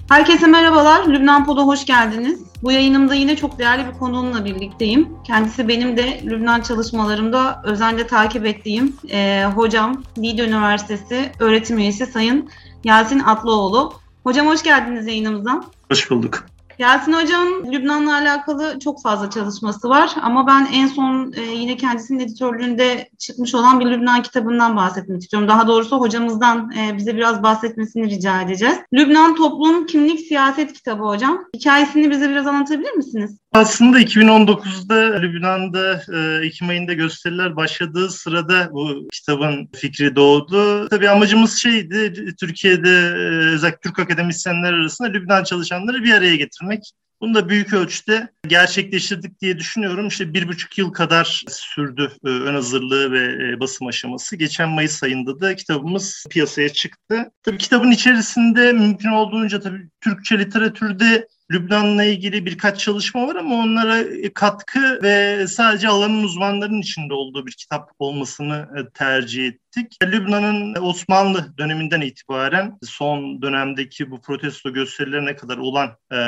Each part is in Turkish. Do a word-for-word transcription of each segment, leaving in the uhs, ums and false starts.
Herkese merhabalar, Lübnan Pod'a hoş geldiniz. Bu yayınımda yine çok değerli bir konuğumla birlikteyim. Kendisi benim de Lübnan çalışmalarımda özenle takip ettiğim e, hocam, Niğde Üniversitesi öğretim üyesi Sayın Yasin Atlıoğlu. Hocam hoş geldiniz yayınımıza. Hoş bulduk. Yasin Hocam Lübnan'la alakalı çok fazla çalışması var ama ben en son e, yine kendisinin editörlüğünde çıkmış olan bir Lübnan kitabından bahsetmek istiyorum. Daha doğrusu hocamızdan e, bize biraz bahsetmesini rica edeceğiz. Lübnan Toplum, Kimlik, Siyaset kitabı hocam. Hikayesini bize biraz anlatabilir misiniz? Aslında iki bin on dokuzda Lübnan'da e, Ekim ayında gösteriler başladığı sırada bu kitabın fikri doğdu. Tabii amacımız şeydi, Türkiye'de e, özellikle Türk akademisyenler arasında Lübnan çalışanları bir araya getirmek. Bunu da büyük ölçüde gerçekleştirdik diye düşünüyorum. İşte bir buçuk yıl kadar sürdü e, ön hazırlığı ve e, basım aşaması. Geçen Mayıs ayında da kitabımız piyasaya çıktı. Tabii kitabın içerisinde mümkün olduğunca tabii Türkçe literatürde Lübnan'la ilgili birkaç çalışma var ama onlara katkı ve sadece alanın uzmanlarının içinde olduğu bir kitap olmasını tercih ettik. Lübnan'ın Osmanlı döneminden itibaren son dönemdeki bu protesto gösterilerine kadar olan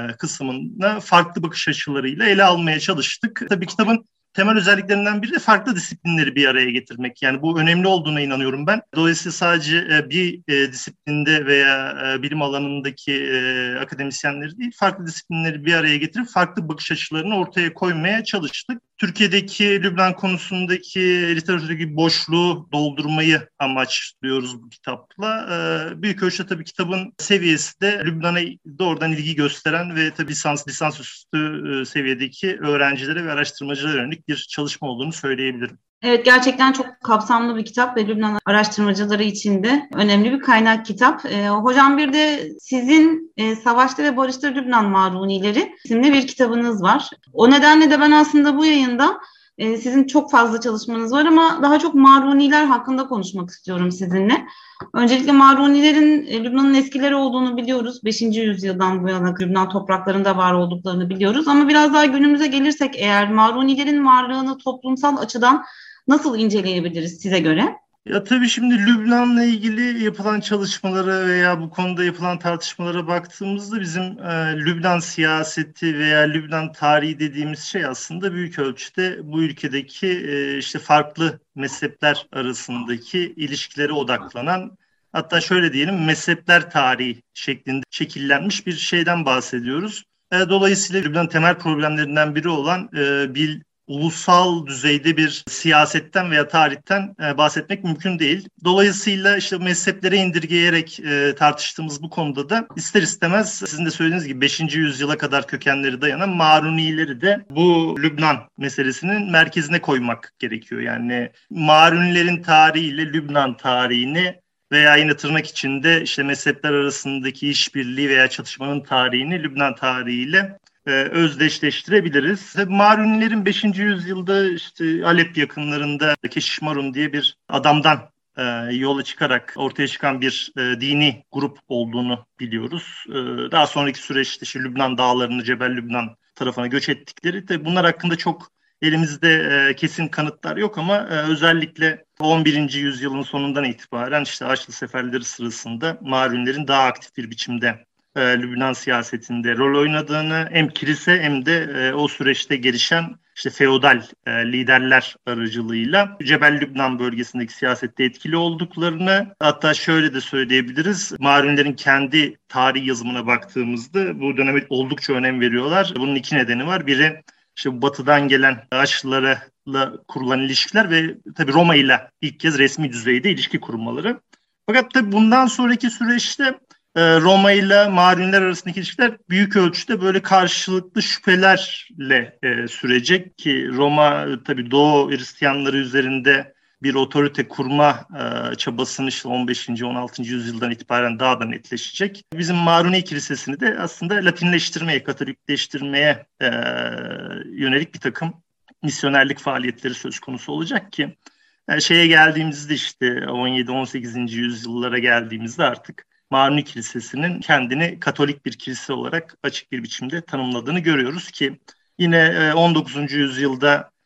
kısmına farklı bakış açılarıyla ele almaya çalıştık. Tabii kitabın temel özelliklerinden biri de farklı disiplinleri bir araya getirmek. Yani bu önemli olduğuna inanıyorum ben. Dolayısıyla sadece bir disiplinde veya bilim alanındaki akademisyenleri değil, farklı disiplinleri bir araya getirip farklı bakış açılarını ortaya koymaya çalıştık. Türkiye'deki Lübnan konusundaki literatürdeki boşluğu doldurmayı amaçlıyoruz bu kitapla. Büyük ölçüde tabii kitabın seviyesi de Lübnan'a doğrudan ilgi gösteren ve tabii lisans, lisansüstü seviyedeki öğrencilere ve araştırmacılara yönelik bir çalışma olduğunu söyleyebilirim. Evet, gerçekten çok kapsamlı bir kitap ve Lübnan araştırmacıları için de önemli bir kaynak kitap. Ee, hocam bir de sizin e, Savaşta ve Barışta Lübnan Marunileri isimli bir kitabınız var. O nedenle de ben aslında bu yayında e, sizin çok fazla çalışmanız var ama daha çok Maruniler hakkında konuşmak istiyorum sizinle. Öncelikle Marunilerin e, Lübnan'ın eskileri olduğunu biliyoruz. beşinci yüzyıldan bu yana Lübnan topraklarında var olduklarını biliyoruz. Ama biraz daha günümüze gelirsek eğer Marunilerin varlığını toplumsal açıdan nasıl inceleyebiliriz size göre? Ya tabii şimdi Lübnan'la ilgili yapılan çalışmalara veya bu konuda yapılan tartışmalara baktığımızda bizim e, Lübnan siyaseti veya Lübnan tarihi dediğimiz şey aslında büyük ölçüde bu ülkedeki e, işte farklı mezhepler arasındaki ilişkilere odaklanan, hatta şöyle diyelim mezhepler tarihi şeklinde şekillenmiş bir şeyden bahsediyoruz. E, dolayısıyla Lübnan temel problemlerinden biri olan e, bir ulusal düzeyde bir siyasetten veya tarihten e, bahsetmek mümkün değil. Dolayısıyla işte mezheplere indirgeyerek e, tartıştığımız bu konuda da ister istemez sizin de söylediğiniz gibi beşinci yüzyıla kadar kökenleri dayanan Marunileri de bu Lübnan meselesinin merkezine koymak gerekiyor. Yani Marunilerin tarihiyle Lübnan tarihini veya yine tırnak içinde işte mezhepler arasındaki işbirliği veya çatışmanın tarihini Lübnan tarihiyle Ee, özdeşleştirebiliriz. Tabii Marunilerin beşinci yüzyılda işte Halep yakınlarında Keşiş Marun diye bir adamdan e, yola çıkarak ortaya çıkan bir e, dini grup olduğunu biliyoruz. E, daha sonraki süreçte işte Lübnan dağlarını Cebel Lübnan tarafına göç ettikleri. Tabii bunlar hakkında çok elimizde e, kesin kanıtlar yok ama e, özellikle on birinci yüzyılın sonundan itibaren işte Haçlı seferleri sırasında Marunilerin daha aktif bir biçimde E, Lübnan siyasetinde rol oynadığını hem kilise hem de e, o süreçte gelişen işte feodal e, liderler aracılığıyla Cebel Lübnan bölgesindeki siyasette etkili olduklarını, hatta şöyle de söyleyebiliriz. Marunilerin kendi tarih yazımına baktığımızda bu döneme oldukça önem veriyorlar. Bunun iki nedeni var. Biri işte batıdan gelen Haçlılara kurulan ilişkiler ve tabii Roma ile ilk kez resmi düzeyde ilişki kurmaları. Fakat tabii bundan sonraki süreçte Roma ile Maruniler arasındaki ilişkiler büyük ölçüde böyle karşılıklı şüphelerle e, sürecek ki Roma tabii Doğu Hristiyanları üzerinde bir otorite kurma e, çabasını işte on beşinci on altıncı yüzyıldan itibaren daha da netleşecek. Bizim Maruni Kilisesi'ni de aslında Latinleştirmeye, Katolikleştirmeye e, yönelik bir takım misyonerlik faaliyetleri söz konusu olacak ki yani şeye geldiğimizde işte on yedi on sekizinci yüzyıllara geldiğimizde artık Maruni Kilisesi'nin kendini Katolik bir kilise olarak açık bir biçimde tanımladığını görüyoruz ki yine on dokuzuncu yüzyılda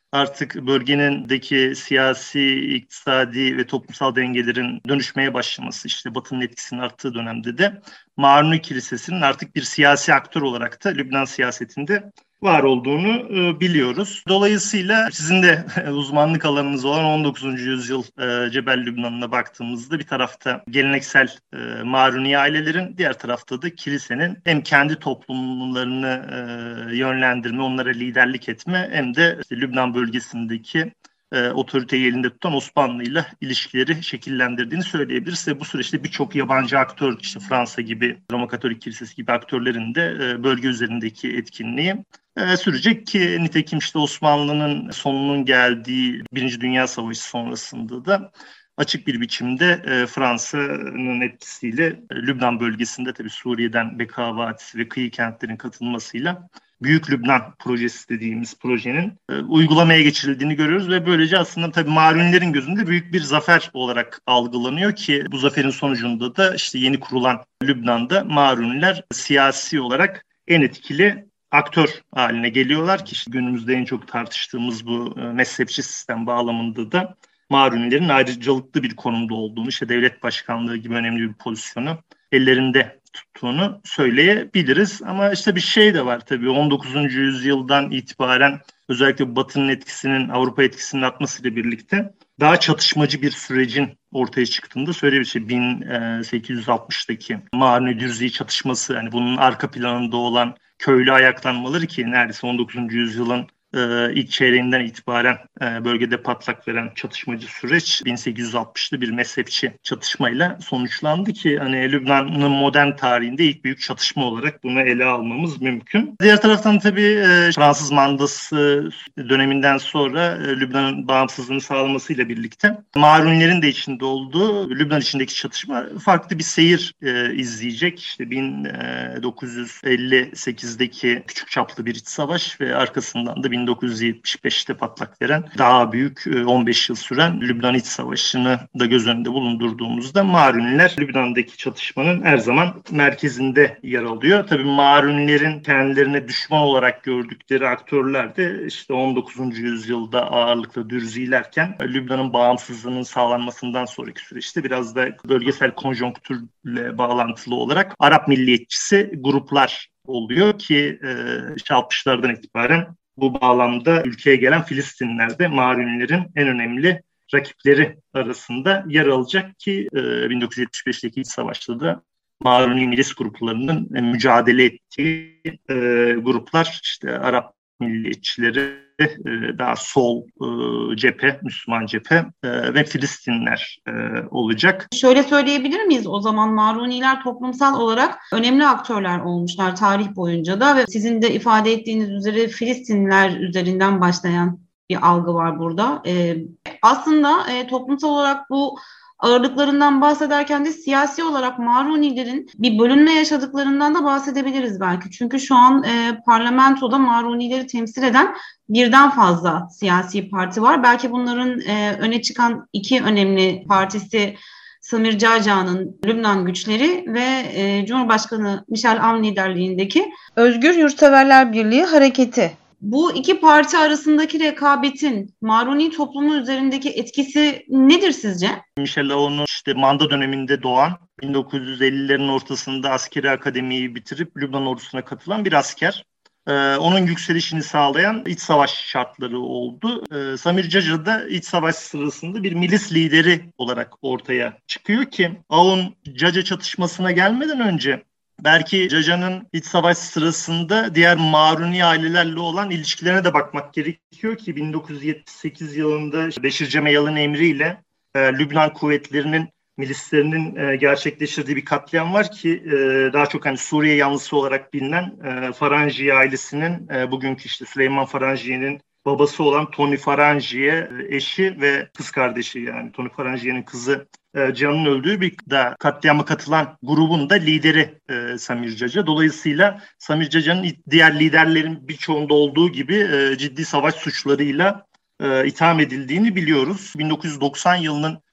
artık bölgenindeki siyasi, iktisadi ve toplumsal dengelerin dönüşmeye başlaması, işte Batı'nın etkisinin arttığı dönemde de Maruni Kilisesi'nin artık bir siyasi aktör olarak da Lübnan siyasetinde var olduğunu e, biliyoruz. Dolayısıyla sizin de uzmanlık alanınız olan on dokuzuncu yüzyıl e, Cebel Lübnan'ına baktığımızda bir tarafta geleneksel e, Maruni ailelerin, diğer tarafta da kilisenin hem kendi toplumlarını e, yönlendirme, onlara liderlik etme hem de işte Lübnan bölgesindeki e, otoriteyi elinde tutan Osmanlı ile ilişkileri şekillendirdiğini söyleyebiliriz. Ve bu süreçte birçok yabancı aktör, işte Fransa gibi, Roma Katolik Kilisesi gibi aktörlerin de e, bölge üzerindeki etkinliği e, sürecek ki nitekim işte Osmanlı'nın sonunun geldiği Birinci Dünya Savaşı sonrasında da açık bir biçimde e, Fransa'nın etkisiyle e, Lübnan bölgesinde, tabii Suriye'den Beka Vadisi ve kıyı kentlerin katılmasıyla Büyük Lübnan projesi dediğimiz projenin e, uygulamaya geçirildiğini görüyoruz ve böylece aslında tabii Marunilerin gözünde büyük bir zafer olarak algılanıyor ki bu zaferin sonucunda da işte yeni kurulan Lübnan'da Maruniler siyasi olarak en etkili aktör haline geliyorlar ki işte günümüzde en çok tartıştığımız bu e, mezhepçi sistem bağlamında da Marunilerin ayrıcalıklı bir konumda olduğunu, işte devlet başkanlığı gibi önemli bir pozisyonu ellerinde tuttuğunu söyleyebiliriz. Ama işte bir şey de var tabii, on dokuzuncu yüzyıldan itibaren özellikle Batı'nın etkisinin Avrupa etkisinin artmasıyla birlikte daha çatışmacı bir sürecin ortaya çıktığında söyleyebiliriz. İşte bin sekiz yüz altmıştaki Maruni-Dürzi çatışması, yani bunun arka planında olan köylü ayaklanmaları ki neredeyse on dokuzuncu yüzyılın Ee, ilk çeyreğinden itibaren e, bölgede patlak veren çatışmacı süreç bin sekiz yüz altmışlı bir mezhepçi çatışmayla sonuçlandı ki hani Lübnan'ın modern tarihinde ilk büyük çatışma olarak bunu ele almamız mümkün. Diğer taraftan tabii e, Fransız mandası döneminden sonra e, Lübnan'ın bağımsızlığını sağlamasıyla birlikte Marunilerin de içinde olduğu Lübnan içindeki çatışma farklı bir seyir e, izleyecek. İşte bin dokuz yüz elli sekizdeki küçük çaplı bir iç savaş ve arkasından da bin dokuz yüz yetmiş beşte patlak veren daha büyük on beş yıl süren Lübnan İç Savaşı'nı da göz önünde bulundurduğumuzda Maruniler Lübnan'daki çatışmanın her zaman merkezinde yer alıyor. Tabii Marunilerin kendilerine düşman olarak gördükleri aktörler de işte on dokuzuncu yüzyılda ağırlıklı Dürzilerken Lübnan'ın bağımsızlığının sağlanmasından sonraki süreçte biraz da bölgesel konjonktürle bağlantılı olarak Arap milliyetçisi gruplar oluyor ki e, altmışlardan itibaren bu bağlamda ülkeye gelen Filistinliler de Marunilerin en önemli rakipleri arasında yer alacak ki e, bin dokuz yüz yetmiş beşteki iç savaşta da Maruni milis gruplarının e, mücadele ettiği e, gruplar işte Arap milliyetçileri, e, daha sol e, cephe, Müslüman cephe e, ve Filistinliler e, olacak. Şöyle söyleyebilir miyiz? O zaman Maruniler toplumsal olarak önemli aktörler olmuşlar tarih boyunca da ve sizin de ifade ettiğiniz üzere Filistinliler üzerinden başlayan bir algı var burada. E, aslında e, toplumsal olarak bu ağırlıklarından bahsederken de siyasi olarak Marunilerin bir bölünme yaşadıklarından da bahsedebiliriz belki. Çünkü şu an e, parlamentoda Marunileri temsil eden birden fazla siyasi parti var. Belki bunların e, öne çıkan iki önemli partisi Samir Caca'nın Lübnan Güçleri ve e, Cumhurbaşkanı Michel Aoun liderliğindeki Özgür Yurtseverler Birliği Hareketi. Bu iki parti arasındaki rekabetin Maruni toplumu üzerindeki etkisi nedir sizce? Michel Aoun'un işte manda döneminde doğan, bin dokuz yüz ellilerin ortasında askeri akademiyi bitirip Lübnan ordusuna katılan bir asker. Ee, onun yükselişini sağlayan iç savaş şartları oldu. Ee, Samir Caca da iç savaş sırasında bir milis lideri olarak ortaya çıkıyor ki Aoun Caca çatışmasına gelmeden önce belki Caca'nın iç savaş sırasında diğer Maruni ailelerle olan ilişkilerine de bakmak gerekiyor ki bin dokuz yüz yetmiş sekiz yılında Beşir Cemeyal'ın emriyle e, Lübnan kuvvetlerinin milislerinin e, gerçekleştirdiği bir katliam var ki e, daha çok hani Suriye yanlısı olarak bilinen e, Faranji ailesinin e, bugünkü işte Süleyman Faranji'nin babası olan Tony Faranji'ye e, eşi ve kız kardeşi, yani Tony Faranji'nin kızı e, Can'ın öldüğü bir da katliama katılan grubun da lideri e, Samir Caca. Dolayısıyla Samir Caca'nın diğer liderlerin birçoğunda olduğu gibi e, ciddi savaş suçlarıyla e, itham edildiğini biliyoruz. bin dokuz yüz doksan yılının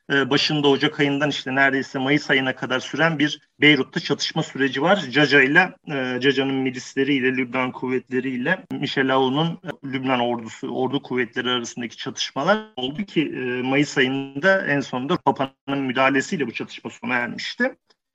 başında Ocak ayından işte neredeyse Mayıs ayına kadar süren bir Beyrut'ta çatışma süreci var. Caca ile Caca'nın milisleriyle, Lübnan kuvvetleriyle Michel Aoun'un Lübnan ordusu, ordu kuvvetleri arasındaki çatışmalar oldu ki Mayıs ayında en sonunda Papa'nın müdahalesiyle bu çatışma sona ermişti.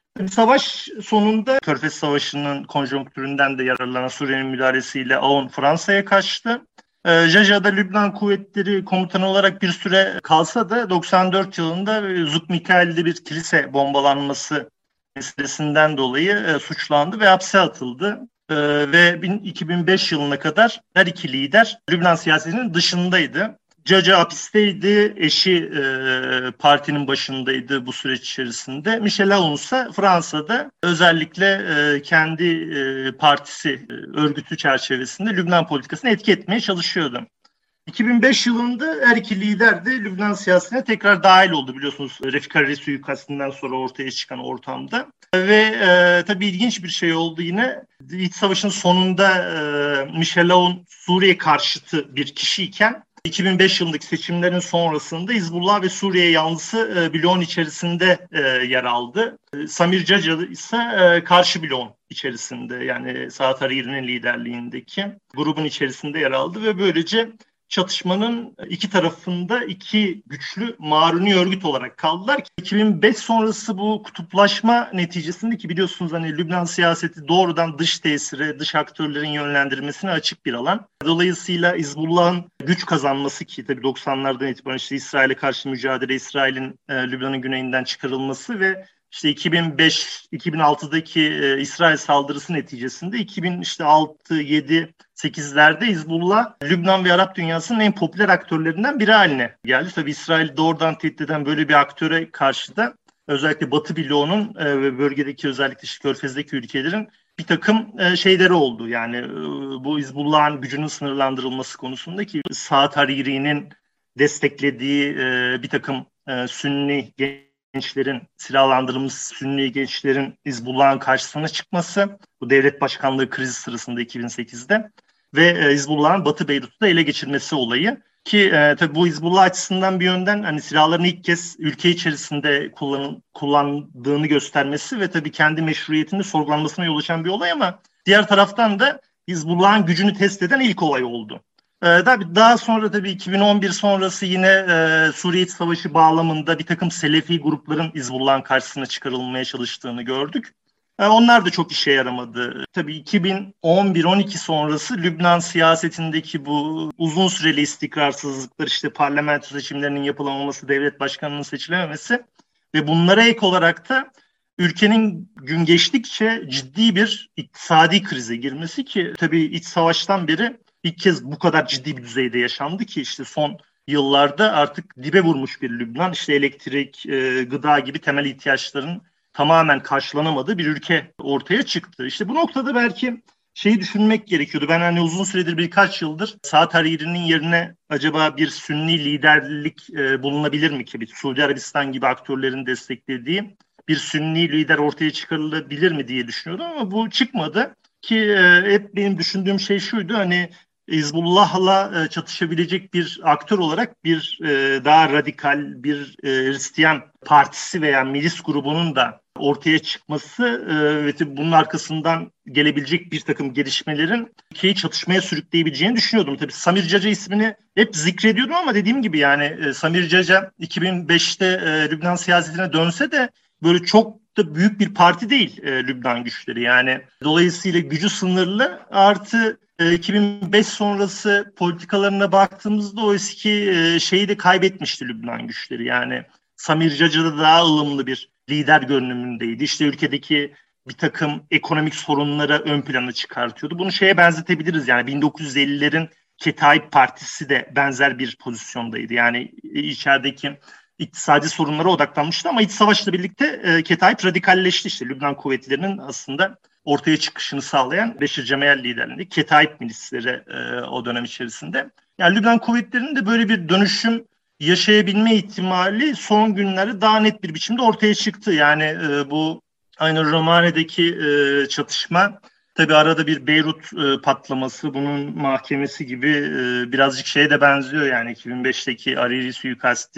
Savaş sonunda Körfez Savaşı'nın konjonktüründen de yararlanan Suriye'nin müdahalesiyle Aoun Fransa'ya kaçtı. Caca'da Lübnan Kuvvetleri Komutanı olarak bir süre kalsa da doksan dört yılında Zuk Mikail'de bir kilise bombalanması meselesinden dolayı e, suçlandı ve hapse atıldı. E, ve iki bin beş yılına kadar her iki lider Lübnan siyasetinin dışındaydı. Caca hapisteydi, eşi e, partinin başındaydı bu süreç içerisinde. Michel Aoun ise Fransa'da özellikle e, kendi e, partisi, e, örgütü çerçevesinde Lübnan politikasını etki etmeye çalışıyordu. iki bin beş yılında her iki lider de Lübnan siyasetine tekrar dahil oldu biliyorsunuz Refik Hariri suikastinden sonra ortaya çıkan ortamda. Ve e, tabii ilginç bir şey oldu yine. İç savaşın sonunda e, Michel Aoun Suriye karşıtı bir kişiyken iki bin beş yılındaki seçimlerin sonrasında Hizbullah ve Suriye yanlısı e, bloğun içerisinde e, yer aldı. E, Samir Caca ise e, karşı bloğun içerisinde yani Saad Hariri'nin liderliğindeki grubun içerisinde yer aldı ve böylece çatışmanın iki tarafında iki güçlü Maruni örgüt olarak kaldılar. iki bin beş sonrası bu kutuplaşma neticesinde ki biliyorsunuz hani Lübnan siyaseti doğrudan dış tesire, dış aktörlerin yönlendirmesine açık bir alan. Dolayısıyla Hizbullah'ın güç kazanması ki tabii doksanlardan itibaren işte İsrail'e karşı mücadele, İsrail'in e, Lübnan'ın güneyinden çıkarılması ve İşte iki bin beş iki bin altıdaki e, İsrail saldırısı neticesinde iki bin altı yedi sekizlerde Hizbullah Lübnan ve Arap dünyasının en popüler aktörlerinden biri haline geldi. Tabii İsrail doğrudan tehdit eden böyle bir aktöre karşı da özellikle Batı bloğunun e, ve bölgedeki özellikle işte Körfez'deki ülkelerin bir takım e, şeyleri oldu. Yani e, bu Hizbullah'ın gücünün sınırlandırılması konusunda ki Saad Hariri'nin desteklediği e, bir takım e, Sünni gençlerin, silahlandırılmış Sünni gençlerin Hizbullah'ın karşısına çıkması, bu devlet başkanlığı krizi sırasında iki bin sekizde ve e, Hizbullah'ın Batı Beyrut'u da ele geçirmesi olayı ki e, tabii bu Hizbullah açısından bir yönden hani silahlarını ilk kez ülke içerisinde kullan, kullandığını göstermesi ve tabii kendi meşruiyetini sorgulanmasına yol açan bir olay ama diğer taraftan da Hizbullah'ın gücünü test eden ilk olay oldu. Ee, tabii daha sonra tabii iki bin on bir sonrası yine e, Suriye İç Savaşı bağlamında bir takım Selefi grupların Hizbullah'ın karşısına çıkarılmaya çalıştığını gördük. E, onlar da çok işe yaramadı. Tabii iki bin on bir on iki sonrası Lübnan siyasetindeki bu uzun süreli istikrarsızlıklar, işte parlamento seçimlerinin yapılamaması, devlet başkanının seçilememesi ve bunlara ek olarak da ülkenin gün geçtikçe ciddi bir iktisadi krize girmesi ki tabii iç savaştan beri İlk kez bu kadar ciddi bir düzeyde yaşandı ki işte son yıllarda artık dibe vurmuş bir Lübnan, işte elektrik, e, gıda gibi temel ihtiyaçların tamamen karşılanamadığı bir ülke ortaya çıktı. İşte bu noktada belki şeyi düşünmek gerekiyordu. Ben hani uzun süredir birkaç yıldır Saad Hariri'nin yerine acaba bir Sünni liderlik e, bulunabilir mi ki? Bir Suudi Arabistan gibi aktörlerin desteklediği bir Sünni lider ortaya çıkarılabilir mi diye düşünüyordum ama bu çıkmadı. Ki e, hep benim düşündüğüm şey şuydu hani Hizbullah'la e, çatışabilecek bir aktör olarak bir e, daha radikal bir e, Hristiyan partisi veya milis grubunun da ortaya çıkması e, ve bunun arkasından gelebilecek bir takım gelişmelerin ülkeyi çatışmaya sürükleyebileceğini düşünüyordum. Tabii Samir Caca ismini hep zikrediyordum ama dediğim gibi yani e, Samir Caca iki bin beşte e, Lübnan siyasetine dönse de böyle çok da büyük bir parti değil e, Lübnan güçleri. Yani dolayısıyla gücü sınırlı artı e, iki bin beş sonrası politikalarına baktığımızda o eski e, şeyi de kaybetmişti Lübnan güçleri. Yani Samir Caca da daha ılımlı bir lider görünümündeydi. İşte ülkedeki bir takım ekonomik sorunlara ön plana çıkartıyordu. Bunu şeye benzetebiliriz yani bin dokuz yüz ellilerin Ketaib Partisi de benzer bir pozisyondaydı. Yani içerideki iktisadi sorunlara odaklanmıştı ama iç savaşla birlikte e, Ketaib radikalleşti. İşte Lübnan kuvvetlerinin aslında ortaya çıkışını sağlayan Beşir Cemeyel liderliğinde Ketaib milisleri e, o dönem içerisinde. Yani Lübnan kuvvetlerinin de böyle bir dönüşüm yaşayabilme ihtimali son günlerde daha net bir biçimde ortaya çıktı. Yani e, bu aynı Romane'deki e, çatışma tabii arada bir Beyrut e, patlaması, bunun mahkemesi gibi e, birazcık şeye de benziyor. Yani iki bin beşteki Hariri suikasti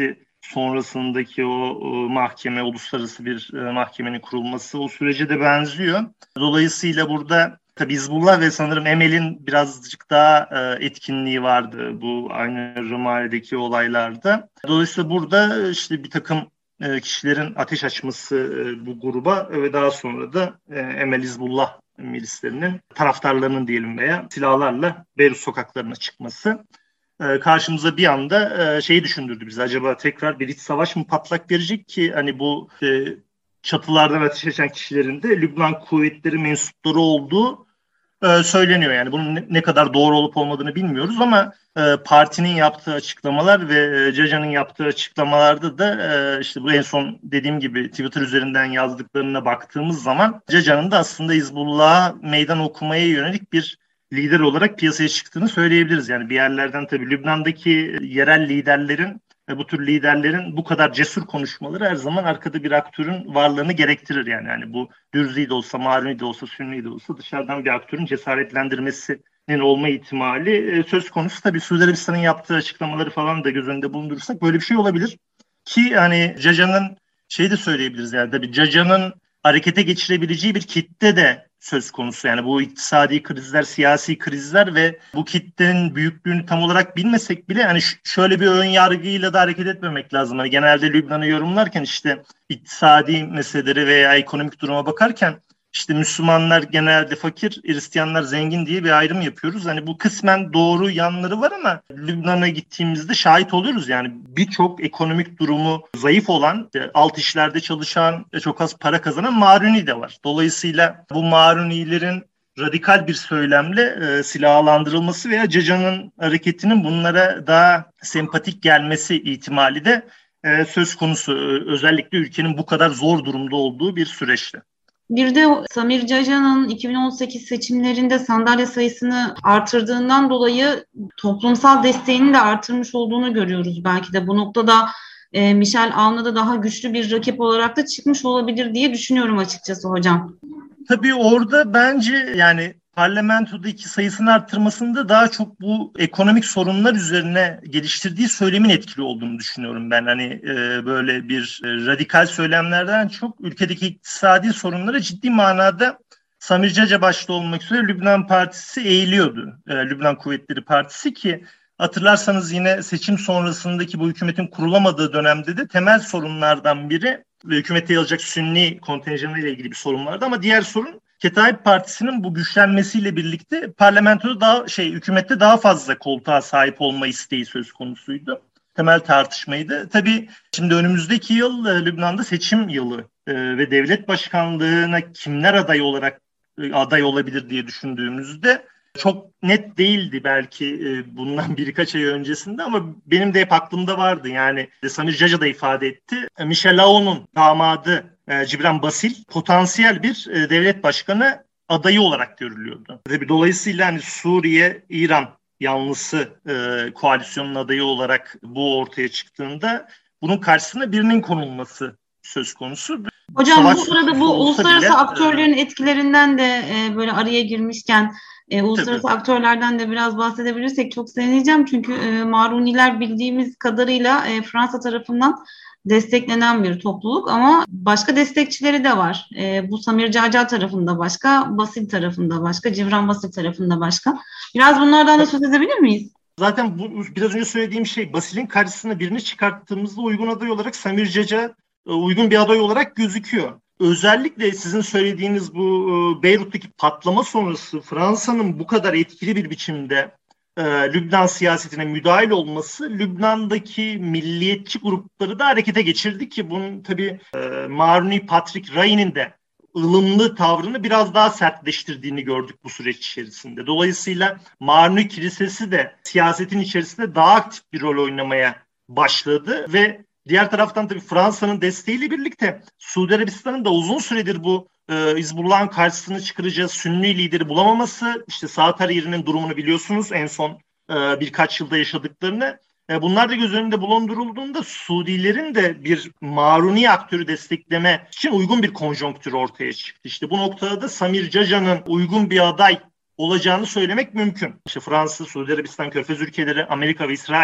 sonrasındaki o, o mahkeme, uluslararası bir e, mahkemenin kurulması o sürece de benziyor. Dolayısıyla burada tabii Hizbullah ve sanırım Emel'in birazcık daha e, etkinliği vardı bu aynı Rımane'deki olaylarda. Dolayısıyla burada işte bir takım e, kişilerin ateş açması e, bu gruba ve daha sonra da e, Emel Hizbullah milislerinin taraftarlarının diyelim veya silahlarla Beyrut sokaklarına çıkması e, karşımıza bir anda e, şeyi düşündürdü bizi. Acaba tekrar bir iç savaş mı patlak verecek ki hani bu e, çatılardan ateş açan kişilerin de Lübnan kuvvetleri mensupları olduğu e, söyleniyor. Yani bunun ne, ne kadar doğru olup olmadığını bilmiyoruz ama e, partinin yaptığı açıklamalar ve e, Cacan'ın yaptığı açıklamalarda da e, işte bu en son dediğim gibi Twitter üzerinden yazdıklarına baktığımız zaman Cacan'ın da aslında Hizbullah'a meydan okumaya yönelik bir lider olarak piyasaya çıktığını söyleyebiliriz. Yani bir yerlerden tabii Lübnan'daki yerel liderlerin ve bu tür liderlerin bu kadar cesur konuşmaları her zaman arkada bir aktörün varlığını gerektirir. Yani yani bu Dürzi de olsa, Maruni de olsa, Sünni de olsa dışarıdan bir aktörün cesaretlendirmesinin olma ihtimali söz konusu. Tabii Suudi Arabistan'ın yaptığı açıklamaları falan da göz önünde bulundurursak böyle bir şey olabilir. Ki hani Caca'nın şeyi de söyleyebiliriz yani tabii Caca'nın harekete geçirebileceği bir kitle de söz konusu. Yani bu iktisadi krizler, siyasi krizler ve bu kitlenin büyüklüğünü tam olarak bilmesek bile hani şöyle bir ön yargıyla da hareket etmemek lazım. Hani genelde Lübnan'ı yorumlarken işte iktisadi meseleleri veya ekonomik duruma bakarken işte Müslümanlar genelde fakir, Hristiyanlar zengin diye bir ayrım yapıyoruz. Hani bu kısmen doğru yanları var ama Lübnan'a gittiğimizde şahit oluyoruz. Yani birçok ekonomik durumu zayıf olan, alt işlerde çalışan, çok az para kazanan Maruni de var. Dolayısıyla bu Marunilerin radikal bir söylemle e, silahlandırılması veya Caca'nın hareketinin bunlara daha sempatik gelmesi ihtimali de e, söz konusu. Özellikle ülkenin bu kadar zor durumda olduğu bir süreçte. Bir de Samir Caca'nın iki bin on sekiz seçimlerinde sandalye sayısını artırdığından dolayı toplumsal desteğini de artırmış olduğunu görüyoruz. Belki de bu noktada e, Michel Aoun'a da daha güçlü bir rakip olarak da çıkmış olabilir diye düşünüyorum açıkçası hocam. Tabii orada bence yani parlamentodaki sayısını arttırmasında daha çok bu ekonomik sorunlar üzerine geliştirdiği söylemin etkili olduğunu düşünüyorum ben. Hani e, böyle bir e, radikal söylemlerden çok ülkedeki iktisadi sorunlara ciddi manada Samir Caca başta olmak üzere Lübnan Partisi eğiliyordu. E, Lübnan Kuvvetleri Partisi ki hatırlarsanız yine seçim sonrasındaki bu hükümetin kurulamadığı dönemde de temel sorunlardan biri ve hükümete yayılacak Sünni kontenjanı ile ilgili bir sorun vardı ama diğer sorun Ketaib Partisi'nin bu güçlenmesiyle birlikte parlamentoda daha şey hükümette daha fazla koltuğa sahip olma isteği söz konusuydu. Temel tartışmaydı. Tabii şimdi önümüzdeki yıl e, Lübnan'da seçim yılı e, ve devlet başkanlığına kimler aday olarak e, aday olabilir diye düşündüğümüzde çok net değildi belki e, bundan birkaç ay öncesinde ama benim de hep aklımda vardı. Yani Samir Caca da ifade etti. Michel Aoun'un damadı e, Cibran Basil potansiyel bir e, devlet başkanı adayı olarak görülüyordu. Tabii dolayısıyla hani Suriye, İran yanlısı e, koalisyonun adayı olarak bu ortaya çıktığında bunun karşısına birinin konulması söz konusu. Hocam Savaş bu sırada bu uluslararası bile, aktörlerin e, etkilerinden de e, böyle araya girmişken e, uluslararası tabii. aktörlerden de biraz bahsedebilirsek çok sevineceğim. Çünkü e, Maruniler bildiğimiz kadarıyla e, Fransa tarafından desteklenen bir topluluk ama başka destekçileri de var. E, bu Samir Caca tarafında başka, Basil tarafında başka, Cibran Basil tarafında başka. Biraz bunlardan da söz edebilir miyiz? Zaten bu biraz önce söylediğim şey Basil'in karşısına birini çıkarttığımızda uygun aday olarak Samir Caca uygun bir aday olarak gözüküyor. Özellikle sizin söylediğiniz bu Beyrut'taki patlama sonrası Fransa'nın bu kadar etkili bir biçimde e, Lübnan siyasetine müdahil olması Lübnan'daki milliyetçi grupları da harekete geçirdi ki bunun tabii e, Maruni Patrick Rayi'nin de ılımlı tavrını biraz daha sertleştirdiğini gördük bu süreç içerisinde. Dolayısıyla Maruni Kilisesi de siyasetin içerisinde daha aktif bir rol oynamaya başladı ve diğer taraftan tabii Fransa'nın desteğiyle birlikte Suudi Arabistan'ın da uzun süredir bu e, Hizbullah'ın karşısına çıkaracağı Sünni lideri bulamaması, işte Saad Hariri'nin durumunu biliyorsunuz en son e, birkaç yılda yaşadıklarını. E, bunlar da göz önünde bulundurulduğunda Suudilerin de bir Maruni aktörü destekleme için uygun bir konjonktür ortaya çıktı. İşte bu noktada da Samir Caca'nın uygun bir aday olacağını söylemek mümkün. İşte Fransa, Suudi Arabistan, Körfez ülkeleri, Amerika ve İsrail'in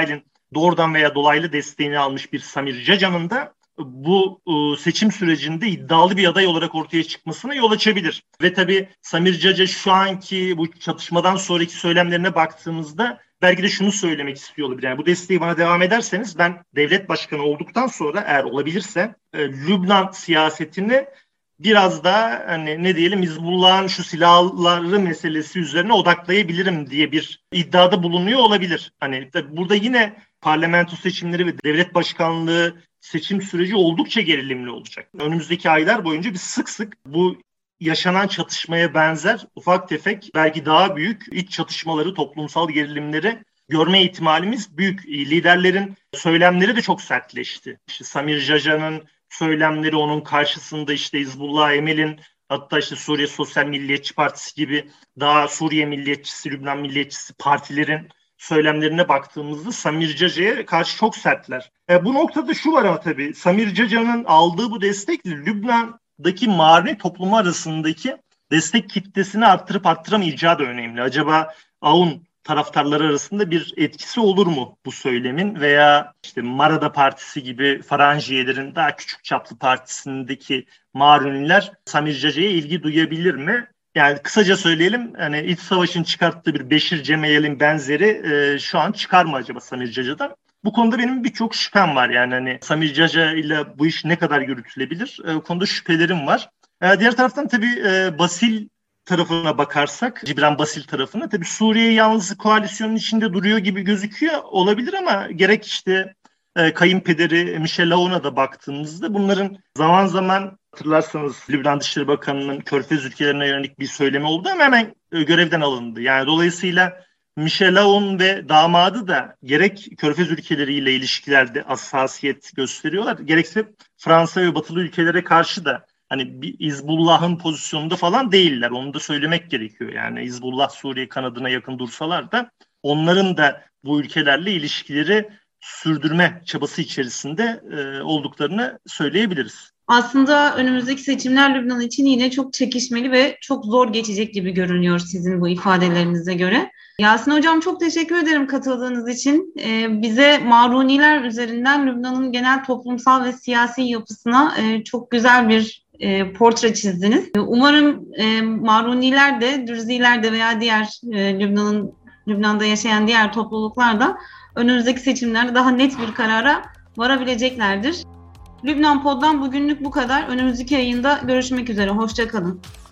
doğrudan veya dolaylı desteğini almış bir Samir Caca'nın da bu seçim sürecinde iddialı bir aday olarak ortaya çıkmasına yol açabilir. Ve tabii Samir Caca şu anki bu çatışmadan sonraki söylemlerine baktığımızda belki de şunu söylemek istiyor olabilir. Yani bu desteği bana devam ederseniz ben devlet başkanı olduktan sonra eğer olabilirse e, Lübnan siyasetini biraz daha hani ne diyelim Hizbullah'ın şu silahları meselesi üzerine odaklayabilirim diye bir iddiada bulunuyor olabilir. Hani burada yine parlamento seçimleri ve devlet başkanlığı seçim süreci oldukça gerilimli olacak. Önümüzdeki aylar boyunca biz sık sık bu yaşanan çatışmaya benzer ufak tefek belki daha büyük iç çatışmaları, toplumsal gerilimleri görme ihtimalimiz büyük. Liderlerin söylemleri de çok sertleşti. İşte Samir Caca'nın söylemleri, onun karşısında işte Hizbullah Emel'in, hatta işte Suriye Sosyal Milliyetçi Partisi gibi daha Suriye milliyetçisi, Lübnan milliyetçisi partilerin söylemlerine baktığımızda Samir Caca'ya karşı çok sertler. E, bu noktada şu var ama tabii Samir Caca'nın aldığı bu destekle Lübnan'daki Maruni toplumu arasındaki destek kitlesini arttırıp arttıramayacağı da önemli. Acaba A U N taraftarları arasında bir etkisi olur mu bu söylemin veya işte Marada Partisi gibi Faranjiyelerin daha küçük çaplı partisindeki Maruniler Samir Caca'ya ilgi duyabilir mi? Yani kısaca söyleyelim, hani iç savaşın çıkarttığı bir Beşir Cemeyel'in benzeri e, şu an çıkar mı acaba Samir Caca'dan? Bu konuda benim birçok şüphem var. Yani hani Samir Caca ile bu iş ne kadar yürütülebilir? E, o konuda şüphelerim var. E, diğer taraftan tabii e, Basil tarafına bakarsak, Cibran Basil tarafına tabii Suriye yalnız koalisyonun içinde duruyor gibi gözüküyor olabilir ama gerek işte e, kayınpederi Michel Aoun'a da baktığımızda bunların zaman zaman hatırlarsanız Lübnan Dışişleri Bakanı'nın Körfez ülkelerine yönelik bir söylemi oldu ama hemen e, görevden alındı. Yani dolayısıyla Michel Aoun ve damadı da gerek Körfez ülkeleriyle ilişkilerde hassasiyet gösteriyorlar, gerekse Fransa ve batılı ülkelere karşı da hani bir Hizbullah'ın pozisyonunda falan değiller. Onu da söylemek gerekiyor. Yani Hizbullah Suriye kanadına yakın dursalar da onların da bu ülkelerle ilişkileri sürdürme çabası içerisinde e, olduklarını söyleyebiliriz. Aslında önümüzdeki seçimler Lübnan için yine çok çekişmeli ve çok zor geçecek gibi görünüyor sizin bu ifadelerinize göre. Yasin Hocam çok teşekkür ederim katıldığınız için. Ee, bize Maruniler üzerinden Lübnan'ın genel toplumsal ve siyasi yapısına e, çok güzel bir e, portre çizdiniz. Umarım e, Maruniler de, Dürziler de veya diğer e, Lübnan'ın Lübnan'da yaşayan diğer topluluklar da önümüzdeki seçimlerde daha net bir karara varabileceklerdir. Lübnan Pod'dan bugünlük bu kadar. Önümüzdeki yayında görüşmek üzere. Hoşça kalın.